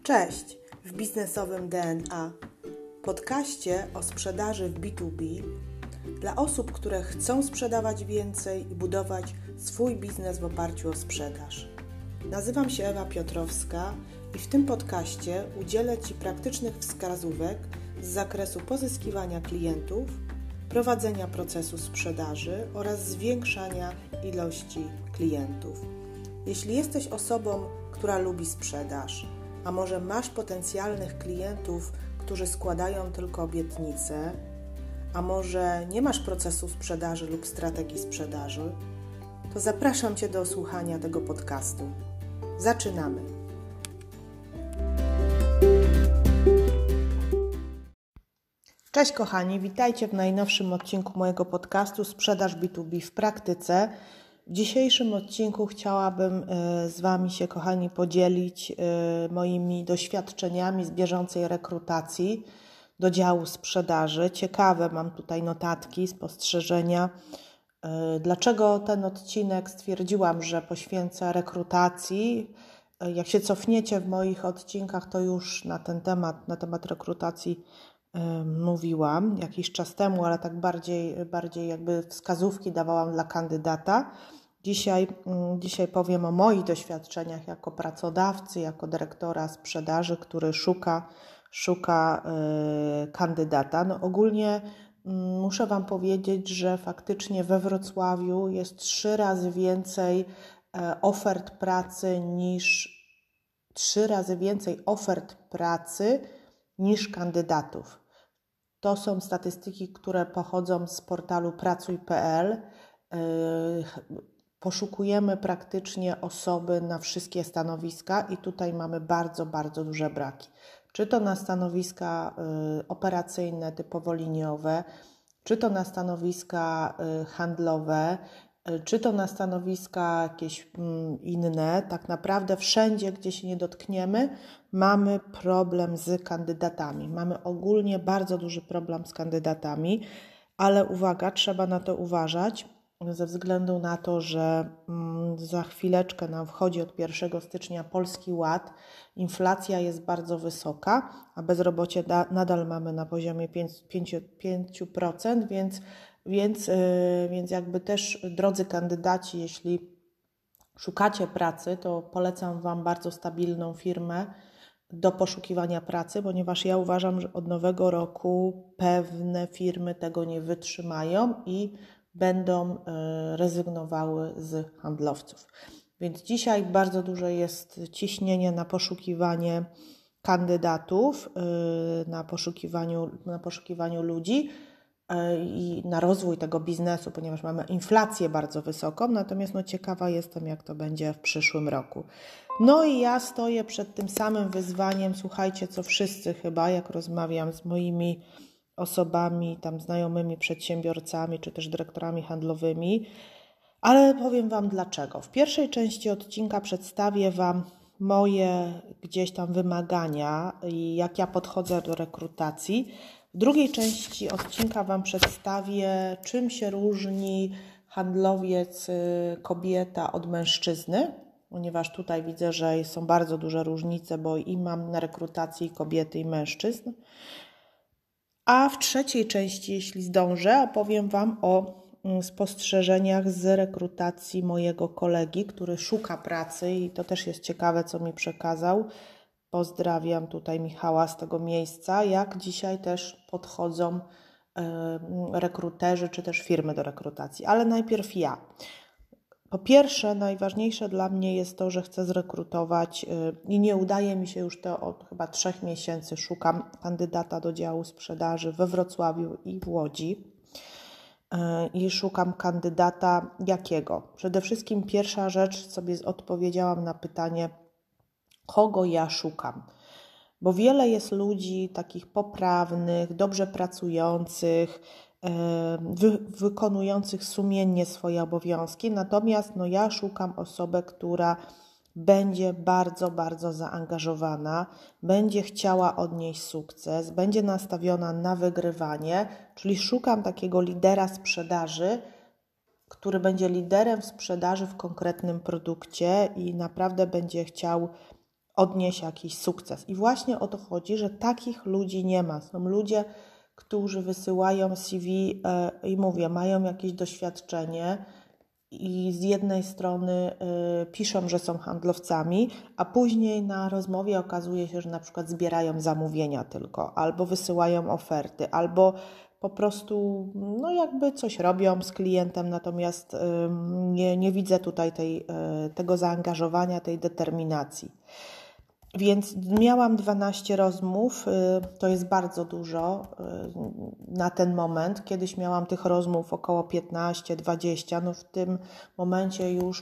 Cześć w biznesowym DNA, podcaście o sprzedaży w B2B dla osób, które chcą sprzedawać więcej i budować swój biznes w oparciu o sprzedaż. Nazywam się Ewa Piotrowska i w tym podcaście udzielę Ci praktycznych wskazówek z zakresu pozyskiwania klientów, prowadzenia procesu sprzedaży oraz zwiększania ilości klientów. Jeśli jesteś osobą, która lubi sprzedaż, a może masz potencjalnych klientów, którzy składają tylko obietnice, a może nie masz procesu sprzedaży lub strategii sprzedaży, to zapraszam Cię do słuchania tego podcastu. Zaczynamy! Cześć kochani, witajcie w najnowszym odcinku mojego podcastu Sprzedaż B2B w praktyce. W dzisiejszym odcinku chciałabym z Wami się, kochani, podzielić moimi doświadczeniami z bieżącej rekrutacji do działu sprzedaży. Ciekawe, mam tutaj notatki, spostrzeżenia. Dlaczego ten odcinek stwierdziłam, że poświęcę rekrutacji? Jak się cofniecie w moich odcinkach, to już na temat rekrutacji mówiłam jakiś czas temu, ale tak bardziej jakby wskazówki dawałam dla kandydata. Dzisiaj powiem o moich doświadczeniach jako pracodawcy, jako dyrektora sprzedaży, który szuka kandydata. No ogólnie muszę Wam powiedzieć, że faktycznie we Wrocławiu jest 3 razy więcej ofert pracy niż kandydatów. To są statystyki, które pochodzą z portalu pracuj.pl. Poszukujemy praktycznie osoby na wszystkie stanowiska i tutaj mamy bardzo, bardzo duże braki. Czy to na stanowiska operacyjne typowo liniowe, czy to na stanowiska handlowe, czy to na stanowiska jakieś inne. Tak naprawdę wszędzie, gdzie się nie dotkniemy, mamy problem z kandydatami. Mamy ogólnie bardzo duży problem z kandydatami, ale uwaga, trzeba na to uważać ze względu na to, że za chwileczkę nam wchodzi od 1 stycznia Polski Ład. Inflacja jest bardzo wysoka, a bezrobocie nadal mamy na poziomie 5%, więc jakby też, drodzy kandydaci, jeśli szukacie pracy, to polecam Wam bardzo stabilną firmę do poszukiwania pracy, ponieważ ja uważam, że od nowego roku pewne firmy tego nie wytrzymają i będą rezygnowały z handlowców. Więc dzisiaj bardzo duże jest ciśnienie na poszukiwanie kandydatów, na poszukiwaniu ludzi i na rozwój tego biznesu, ponieważ mamy inflację bardzo wysoką, natomiast ciekawa jestem, jak to będzie w przyszłym roku. No i ja stoję przed tym samym wyzwaniem, słuchajcie, co wszyscy chyba, jak rozmawiam z moimi osobami, tam znajomymi przedsiębiorcami, czy też dyrektorami handlowymi, ale powiem Wam dlaczego. W pierwszej części odcinka przedstawię Wam moje gdzieś tam wymagania i jak ja podchodzę do rekrutacji. W drugiej części odcinka Wam przedstawię, czym się różni handlowiec kobieta od mężczyzny, ponieważ tutaj widzę, że są bardzo duże różnice, bo i mam na rekrutacji kobiety i mężczyzn. A w trzeciej części, jeśli zdążę, opowiem Wam o spostrzeżeniach z rekrutacji mojego kolegi, który szuka pracy i to też jest ciekawe, co mi przekazał. Pozdrawiam tutaj Michała z tego miejsca, jak dzisiaj też podchodzą rekruterzy czy też firmy do rekrutacji. Ale najpierw ja. Po pierwsze, najważniejsze dla mnie jest to, że chcę zrekrutować i nie udaje mi się już to od chyba 3 miesięcy. Szukam kandydata do działu sprzedaży we Wrocławiu i w Łodzi. I szukam kandydata jakiego? Przede wszystkim pierwsza rzecz, sobie odpowiedziałam na pytanie, kogo ja szukam. Bo wiele jest ludzi takich poprawnych, dobrze pracujących, wykonujących sumiennie swoje obowiązki. Natomiast ja szukam osobę, która będzie bardzo, bardzo zaangażowana, będzie chciała odnieść sukces, będzie nastawiona na wygrywanie, czyli szukam takiego lidera sprzedaży, który będzie liderem w sprzedaży w konkretnym produkcie i naprawdę będzie chciał odniesie jakiś sukces. I właśnie o to chodzi, że takich ludzi nie ma. Są ludzie, którzy wysyłają CV i mówię, mają jakieś doświadczenie i z jednej strony piszą, że są handlowcami, a później na rozmowie okazuje się, że na przykład zbierają zamówienia tylko, albo wysyłają oferty, albo po prostu no jakby coś robią z klientem, natomiast nie widzę tutaj tego zaangażowania, tej determinacji. Więc miałam 12 rozmów, to jest bardzo dużo na ten moment. Kiedyś miałam tych rozmów około 15-20. No w tym momencie już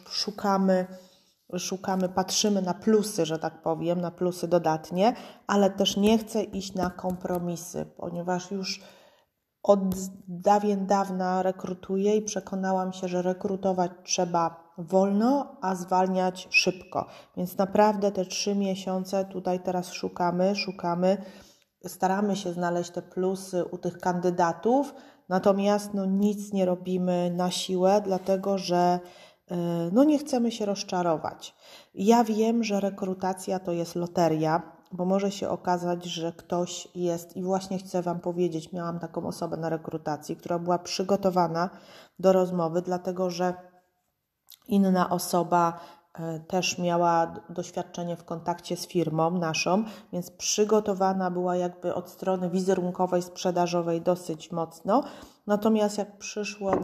szukamy, patrzymy na plusy, że tak powiem, na plusy dodatnie, ale też nie chcę iść na kompromisy, ponieważ już od dawien dawna rekrutuję i przekonałam się, że rekrutować trzeba wolno, a zwalniać szybko. Więc naprawdę te 3 miesiące tutaj teraz szukamy, staramy się znaleźć te plusy u tych kandydatów, natomiast no, nic nie robimy na siłę, dlatego że no, nie chcemy się rozczarować. Ja wiem, że rekrutacja to jest loteria, bo może się okazać, że ktoś jest, i właśnie chcę Wam powiedzieć, miałam taką osobę na rekrutacji, która była przygotowana do rozmowy, dlatego że inna osoba też miała doświadczenie w kontakcie z firmą naszą, więc przygotowana była jakby od strony wizerunkowej, sprzedażowej dosyć mocno. Natomiast jak przyszło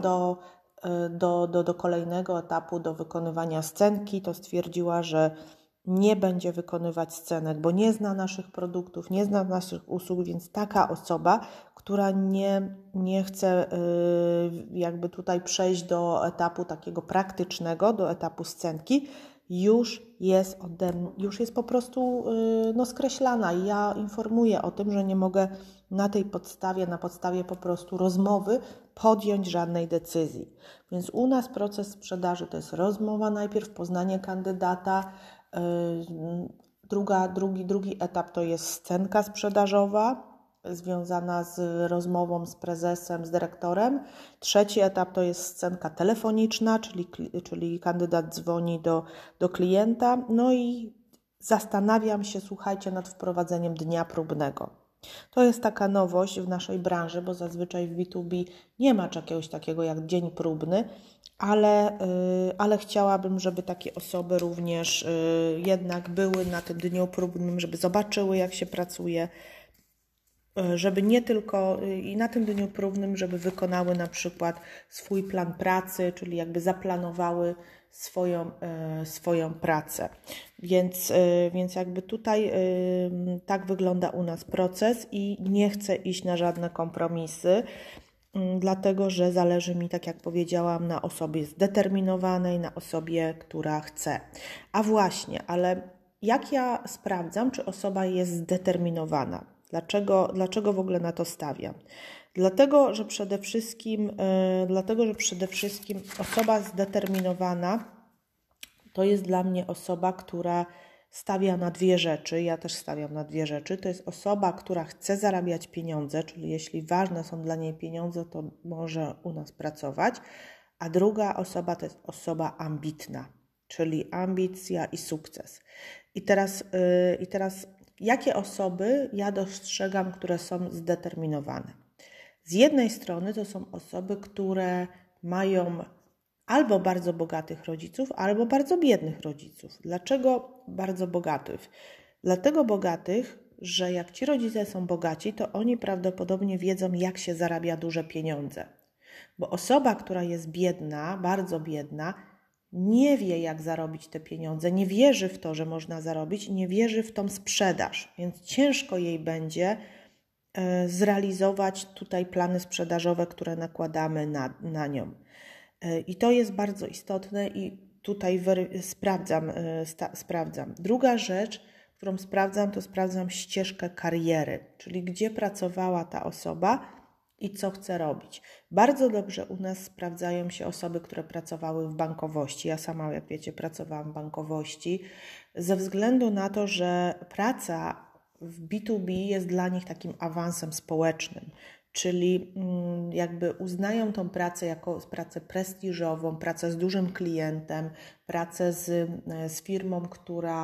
do kolejnego etapu, do wykonywania scenki, to stwierdziła, że nie będzie wykonywać scenek, bo nie zna naszych produktów, nie zna naszych usług, więc taka osoba, która nie chce jakby tutaj przejść do etapu takiego praktycznego, do etapu scenki, już jest po prostu skreślana. I ja informuję o tym, że nie mogę na podstawie po prostu rozmowy podjąć żadnej decyzji. Więc u nas proces sprzedaży to jest rozmowa najpierw, poznanie kandydata, drugi etap to jest scenka sprzedażowa związana z rozmową z prezesem, z dyrektorem. Trzeci etap to jest scenka telefoniczna, czyli kandydat dzwoni do klienta. No i zastanawiam się, słuchajcie, nad wprowadzeniem dnia próbnego. To jest taka nowość w naszej branży, bo zazwyczaj w B2B nie ma czegoś takiego jak dzień próbny, ale chciałabym, żeby takie osoby również jednak były na tym dniu próbnym, żeby zobaczyły, jak się pracuje, żeby nie tylko i na tym dniu próbnym, żeby wykonały na przykład swój plan pracy, czyli jakby zaplanowały swoją pracę. Więc jakby tutaj tak wygląda u nas proces i nie chcę iść na żadne kompromisy, dlatego że zależy mi, tak jak powiedziałam, na osobie zdeterminowanej, na osobie, która chce. A właśnie, ale jak ja sprawdzam, czy osoba jest zdeterminowana? Dlaczego w ogóle na to stawiam? Dlatego, że przede wszystkim osoba zdeterminowana to jest dla mnie osoba, która stawia na 2 rzeczy. Ja też stawiam na 2 rzeczy. To jest osoba, która chce zarabiać pieniądze, czyli jeśli ważne są dla niej pieniądze, to może u nas pracować. A druga osoba to jest osoba ambitna, czyli ambicja i sukces. I teraz jakie osoby ja dostrzegam, które są zdeterminowane? Z jednej strony to są osoby, które mają albo bardzo bogatych rodziców, albo bardzo biednych rodziców. Dlaczego bardzo bogatych? Dlatego bogatych, że jak ci rodzice są bogaci, to oni prawdopodobnie wiedzą, jak się zarabia duże pieniądze. Bo osoba, która jest biedna, bardzo biedna, nie wie, jak zarobić te pieniądze, nie wierzy w to, że można zarobić, nie wierzy w tą sprzedaż, więc ciężko jej będzie zrealizować tutaj plany sprzedażowe, które nakładamy na nią. I to jest bardzo istotne i tutaj sprawdzam. Druga rzecz, którą sprawdzam ścieżkę kariery, czyli gdzie pracowała ta osoba i co chce robić. Bardzo dobrze u nas sprawdzają się osoby, które pracowały w bankowości. Ja sama, jak wiecie, pracowałam w bankowości ze względu na to, że praca w B2B jest dla nich takim awansem społecznym. Czyli jakby uznają tą pracę jako pracę prestiżową, pracę z dużym klientem, pracę z firmą, która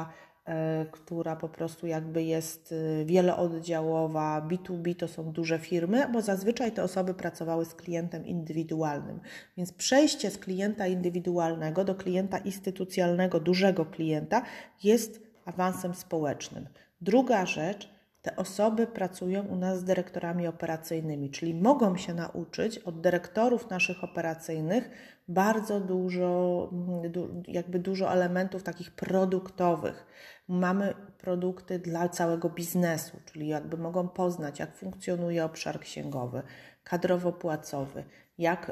która po prostu jakby jest wielooddziałowa, B2B to są duże firmy, bo zazwyczaj te osoby pracowały z klientem indywidualnym. Więc przejście z klienta indywidualnego do klienta instytucjonalnego, dużego klienta jest awansem społecznym. Druga rzecz, te osoby pracują u nas z dyrektorami operacyjnymi, czyli mogą się nauczyć od dyrektorów naszych operacyjnych bardzo dużo elementów takich produktowych. Mamy produkty dla całego biznesu, czyli jakby mogą poznać, jak funkcjonuje obszar księgowy, kadrowo-płacowy, jak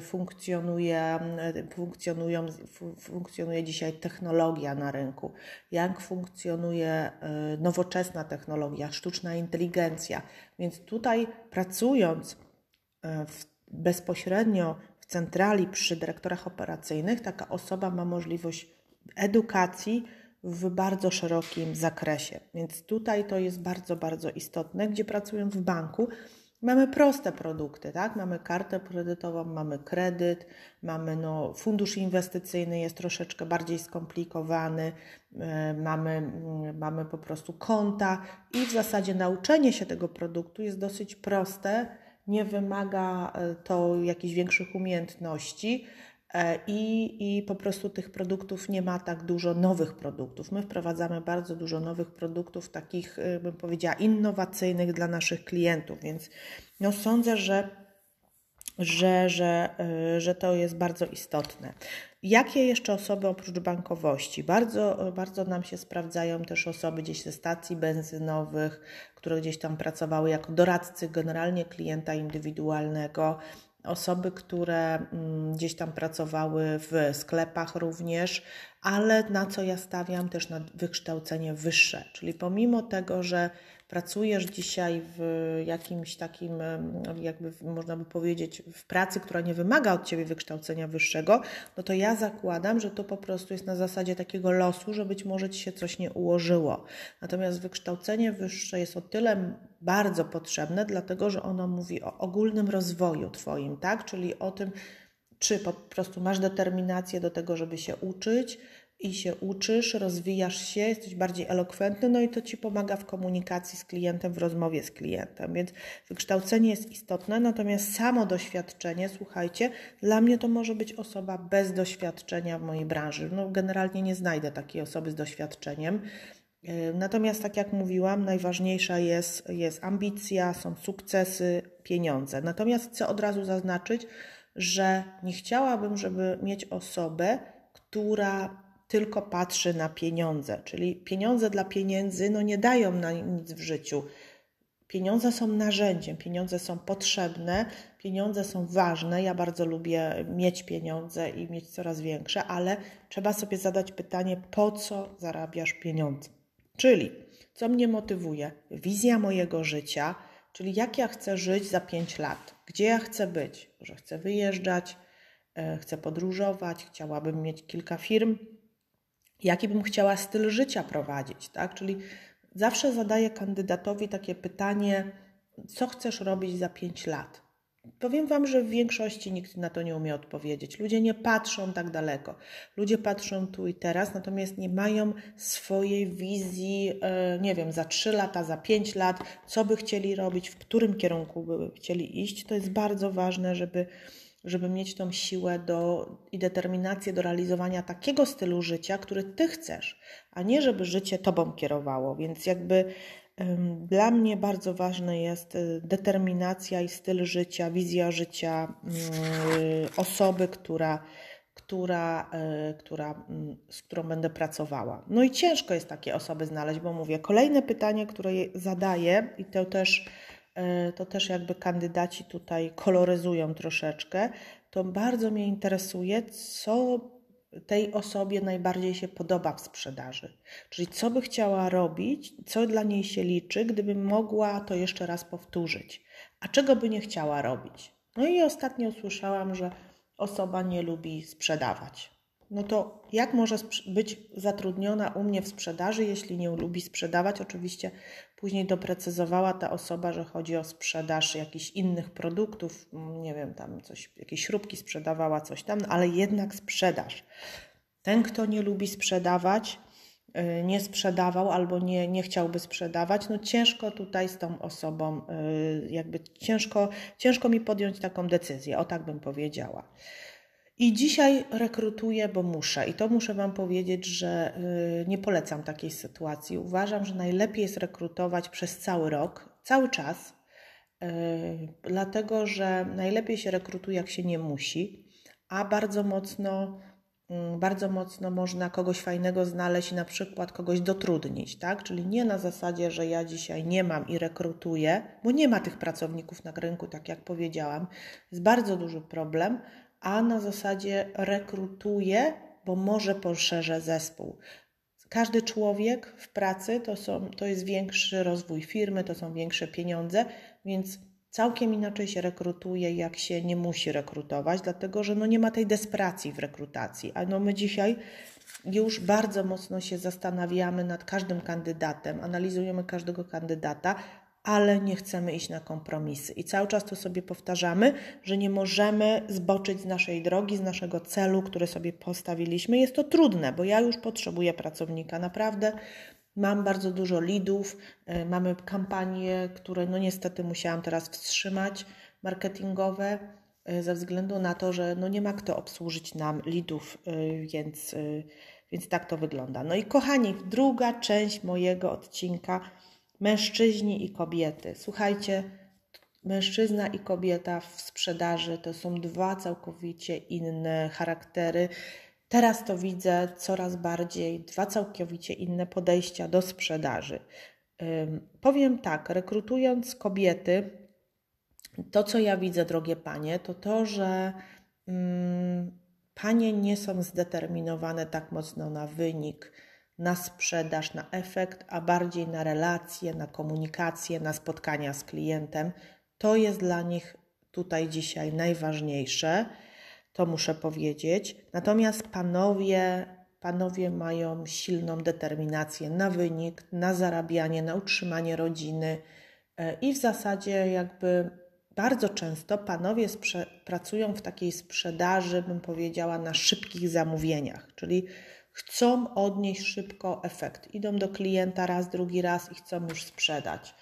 funkcjonuje dzisiaj technologia na rynku, jak funkcjonuje nowoczesna technologia, sztuczna inteligencja. Więc tutaj pracując bezpośrednio w centrali przy dyrektorach operacyjnych, taka osoba ma możliwość edukacji w bardzo szerokim zakresie. Więc tutaj to jest bardzo, bardzo istotne, gdzie pracując w banku mamy proste produkty, tak? Mamy kartę kredytową, mamy kredyt, mamy fundusz inwestycyjny, jest troszeczkę bardziej skomplikowany, mamy po prostu konta i w zasadzie nauczenie się tego produktu jest dosyć proste, nie wymaga to jakichś większych umiejętności i po prostu tych produktów nie ma tak dużo nowych produktów. My wprowadzamy bardzo dużo nowych produktów, takich bym powiedziała innowacyjnych dla naszych klientów, więc sądzę, że to jest bardzo istotne. Jakie jeszcze osoby oprócz bankowości? Bardzo nam się sprawdzają też osoby gdzieś ze stacji benzynowych, które gdzieś tam pracowały jako doradcy generalnie klienta indywidualnego, osoby, które gdzieś tam pracowały w sklepach również, ale na co ja stawiam też na wykształcenie wyższe, czyli pomimo tego, że pracujesz dzisiaj w jakimś takim, jakby można by powiedzieć, w pracy, która nie wymaga od Ciebie wykształcenia wyższego, no to ja zakładam, że to po prostu jest na zasadzie takiego losu, że być może Ci się coś nie ułożyło. Natomiast wykształcenie wyższe jest o tyle bardzo potrzebne, dlatego że ono mówi o ogólnym rozwoju Twoim, tak? Czyli o tym, czy po prostu masz determinację do tego, żeby się uczyć, i się uczysz, rozwijasz się, jesteś bardziej elokwentny, no i to Ci pomaga w komunikacji z klientem, w rozmowie z klientem, więc wykształcenie jest istotne, natomiast samo doświadczenie, słuchajcie, dla mnie to może być osoba bez doświadczenia w mojej branży. Generalnie nie znajdę takiej osoby z doświadczeniem, natomiast tak jak mówiłam, najważniejsza jest ambicja, są sukcesy, pieniądze. Natomiast chcę od razu zaznaczyć, że nie chciałabym, żeby mieć osobę, która tylko patrzy na pieniądze, czyli pieniądze dla pieniędzy nie dają na nic w życiu. Pieniądze są narzędziem, pieniądze są potrzebne, pieniądze są ważne. Ja bardzo lubię mieć pieniądze i mieć coraz większe, ale trzeba sobie zadać pytanie, po co zarabiasz pieniądze? Czyli co mnie motywuje? Wizja mojego życia, czyli jak ja chcę żyć za 5 lat, gdzie ja chcę być, że chcę wyjeżdżać, chcę podróżować, chciałabym mieć kilka firm, jaki bym chciała styl życia prowadzić, tak? Czyli zawsze zadaję kandydatowi takie pytanie, co chcesz robić za 5 lat? Powiem Wam, że w większości nikt na to nie umie odpowiedzieć. Ludzie nie patrzą tak daleko. Ludzie patrzą tu i teraz, natomiast nie mają swojej wizji, nie wiem, za 3 lata, za 5 lat, co by chcieli robić, w którym kierunku by chcieli iść. To jest bardzo ważne, żeby mieć tą siłę i determinację do realizowania takiego stylu życia, który Ty chcesz, a nie żeby życie Tobą kierowało. Więc jakby dla mnie bardzo ważna jest determinacja i styl życia, wizja życia osoby, z którą będę pracowała. No i ciężko jest takie osoby znaleźć, bo mówię, kolejne pytanie, które zadaję i to też jakby kandydaci tutaj koloryzują troszeczkę, to bardzo mnie interesuje, co tej osobie najbardziej się podoba w sprzedaży. Czyli co by chciała robić, co dla niej się liczy, gdyby mogła to jeszcze raz powtórzyć. A czego by nie chciała robić? No i ostatnio usłyszałam, że osoba nie lubi sprzedawać. No to jak może być zatrudniona u mnie w sprzedaży, jeśli nie lubi sprzedawać? Oczywiście później doprecyzowała ta osoba, że chodzi o sprzedaż jakichś innych produktów, nie wiem, tam jakieś śrubki sprzedawała, coś tam, ale jednak sprzedaż. Ten, kto nie lubi sprzedawać, nie sprzedawał albo nie chciałby sprzedawać, no ciężko tutaj z tą osobą, jakby ciężko mi podjąć taką decyzję, o tak bym powiedziała. I dzisiaj rekrutuję, bo muszę. I to muszę Wam powiedzieć, że nie polecam takiej sytuacji. Uważam, że najlepiej jest rekrutować przez cały rok, cały czas, dlatego że najlepiej się rekrutuje, jak się nie musi, a bardzo mocno można kogoś fajnego znaleźć i na przykład kogoś dotrudnić, tak? Czyli nie na zasadzie, że ja dzisiaj nie mam i rekrutuję, bo nie ma tych pracowników na rynku, tak jak powiedziałam. Jest bardzo duży problem, a na zasadzie rekrutuję, bo może poszerzę zespół. Każdy człowiek w pracy to jest większy rozwój firmy, to są większe pieniądze, więc całkiem inaczej się rekrutuje, jak się nie musi rekrutować, dlatego że nie ma tej desperacji w rekrutacji. A my dzisiaj już bardzo mocno się zastanawiamy nad każdym kandydatem, analizujemy każdego kandydata, ale nie chcemy iść na kompromisy. I cały czas to sobie powtarzamy, że nie możemy zboczyć z naszej drogi, z naszego celu, który sobie postawiliśmy. Jest to trudne, bo ja już potrzebuję pracownika. Naprawdę mam bardzo dużo leadów, mamy kampanie, które niestety musiałam teraz wstrzymać, marketingowe, ze względu na to, że nie ma kto obsłużyć nam leadów, więc tak to wygląda. No i kochani, druga część mojego odcinka, mężczyźni i kobiety. Słuchajcie, mężczyzna i kobieta w sprzedaży to są dwa całkowicie inne charaktery. Teraz to widzę coraz bardziej, dwa całkowicie inne podejścia do sprzedaży. Powiem tak, rekrutując kobiety, to co ja widzę, drogie panie, to że panie nie są zdeterminowane tak mocno na wynik, na sprzedaż, na efekt, a bardziej na relacje, na komunikację, na spotkania z klientem. To jest dla nich tutaj dzisiaj najważniejsze, to muszę powiedzieć. Natomiast panowie mają silną determinację na wynik, na zarabianie, na utrzymanie rodziny i w zasadzie jakby bardzo często panowie pracują w takiej sprzedaży, bym powiedziała, na szybkich zamówieniach, czyli chcą odnieść szybko efekt. Idą do klienta raz, drugi raz i chcą już sprzedać.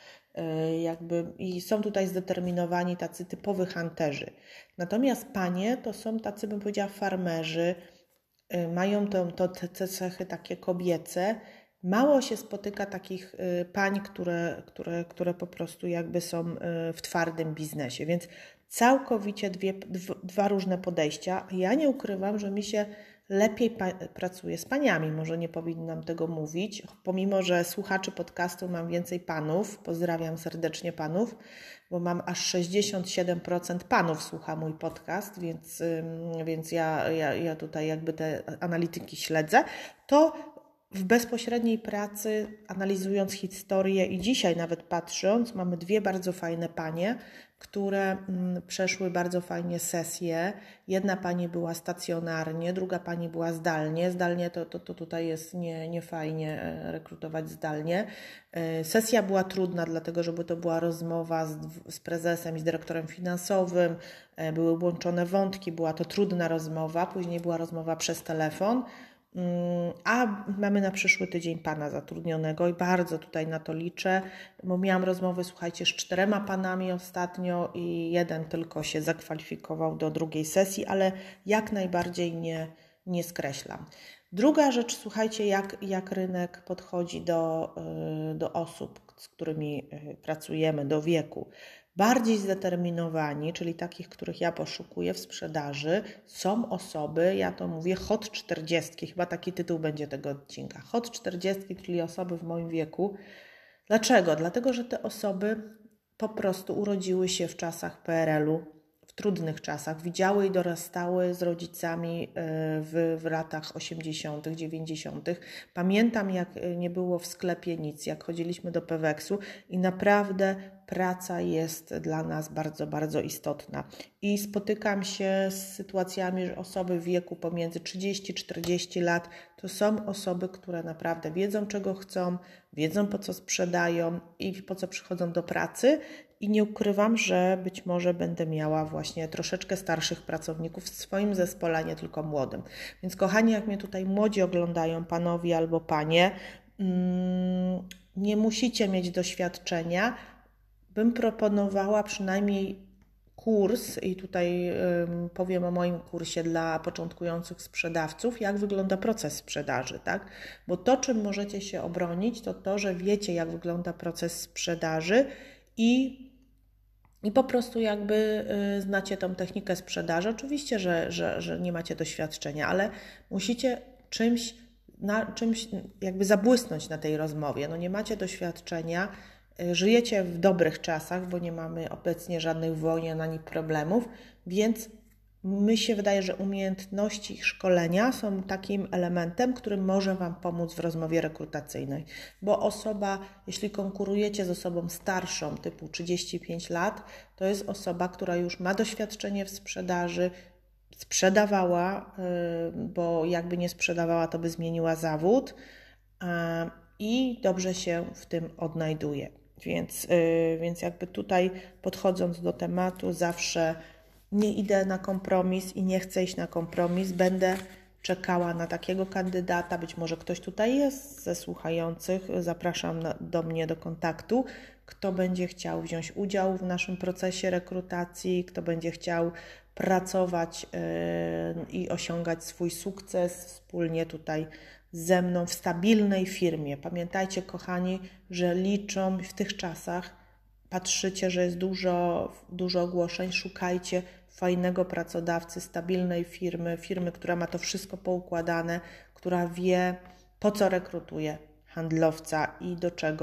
I są tutaj zdeterminowani tacy typowi hunterzy. Natomiast panie to są tacy, bym powiedziała, farmerzy, mają te cechy takie kobiece. Mało się spotyka takich pań, które po prostu jakby są w twardym biznesie, więc całkowicie dwa różne podejścia. Ja nie ukrywam, że mi się lepiej pracuje z paniami, może nie powinnam tego mówić, pomimo że słuchaczy podcastu mam więcej panów, pozdrawiam serdecznie panów, bo mam aż 67% panów słucha mój podcast, więc ja tutaj jakby te analityki śledzę, to w bezpośredniej pracy, analizując historię i dzisiaj nawet patrząc, mamy dwie bardzo fajne panie, które przeszły bardzo fajnie sesje. Jedna pani była stacjonarnie, druga pani była zdalnie. Zdalnie to tutaj jest nie fajnie rekrutować zdalnie. Sesja była trudna, dlatego żeby to była rozmowa z prezesem i z dyrektorem finansowym. Były włączone wątki, była to trudna rozmowa. Później była rozmowa przez telefon. A mamy na przyszły tydzień pana zatrudnionego i bardzo tutaj na to liczę, bo miałam rozmowy, słuchajcie, z 4 panami ostatnio i jeden tylko się zakwalifikował do drugiej sesji, ale jak najbardziej nie skreślam. Druga rzecz, słuchajcie, jak rynek podchodzi do osób, z którymi pracujemy, do wieku. Bardziej zdeterminowani, czyli takich, których ja poszukuję w sprzedaży, są osoby, ja to mówię, hot 40, chyba taki tytuł będzie tego odcinka. Hot 40, czyli osoby w moim wieku. Dlaczego? Dlatego, że te osoby po prostu urodziły się w czasach PRL-u, w trudnych czasach, widziały i dorastały z rodzicami w latach 80., 90. Pamiętam, jak nie było w sklepie nic, jak chodziliśmy do Peweksu i naprawdę praca jest dla nas bardzo, bardzo istotna. I spotykam się z sytuacjami, że osoby w wieku pomiędzy 30-40 lat to są osoby, które naprawdę wiedzą, czego chcą, wiedzą, po co sprzedają i po co przychodzą do pracy. i nie ukrywam, że być może będę miała właśnie troszeczkę starszych pracowników w swoim zespole, a nie tylko młodym. Więc kochani, jak mnie tutaj młodzi oglądają, panowie albo panie, nie musicie mieć doświadczenia. Bym proponowała przynajmniej kurs i tutaj powiem o moim kursie dla początkujących sprzedawców, jak wygląda proces sprzedaży, tak? Bo to, czym możecie się obronić, to to, że wiecie, jak wygląda proces sprzedaży i po prostu jakby znacie tą technikę sprzedaży. Oczywiście, że nie macie doświadczenia, ale musicie czymś jakby zabłysnąć na tej rozmowie. No nie macie doświadczenia, żyjecie w dobrych czasach, bo nie mamy obecnie żadnych wojen ani problemów, więc mi się wydaje, że umiejętności i szkolenia są takim elementem, który może Wam pomóc w rozmowie rekrutacyjnej. Bo osoba, jeśli konkurujecie z osobą starszą, typu 35 lat, to jest osoba, która już ma doświadczenie w sprzedaży, sprzedawała, bo jakby nie sprzedawała, to by zmieniła zawód i dobrze się w tym odnajduje. Więc jakby tutaj podchodząc do tematu zawsze nie idę na kompromis i nie chcę iść na kompromis, będę czekała na takiego kandydata, być może ktoś tutaj jest ze słuchających, zapraszam do mnie do kontaktu, kto będzie chciał wziąć udział w naszym procesie rekrutacji, kto będzie chciał pracować i osiągać swój sukces wspólnie tutaj ze mną w stabilnej firmie. Pamiętajcie, kochani, że liczą w tych czasach, patrzycie, że jest dużo ogłoszeń, szukajcie fajnego pracodawcy, stabilnej firmy, która ma to wszystko poukładane, która wie, po co rekrutuje handlowca i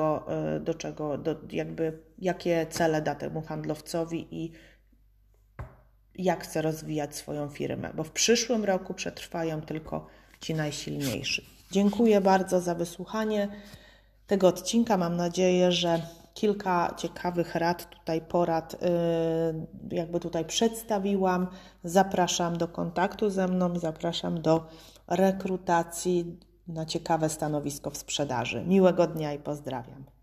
jakie cele da temu handlowcowi i jak chce rozwijać swoją firmę, bo w przyszłym roku przetrwają tylko ci najsilniejsi. Dziękuję bardzo za wysłuchanie tego odcinka. Mam nadzieję, że kilka ciekawych rad, porad jakby tutaj przedstawiłam. Zapraszam do kontaktu ze mną, zapraszam do rekrutacji na ciekawe stanowisko w sprzedaży. Miłego dnia i pozdrawiam.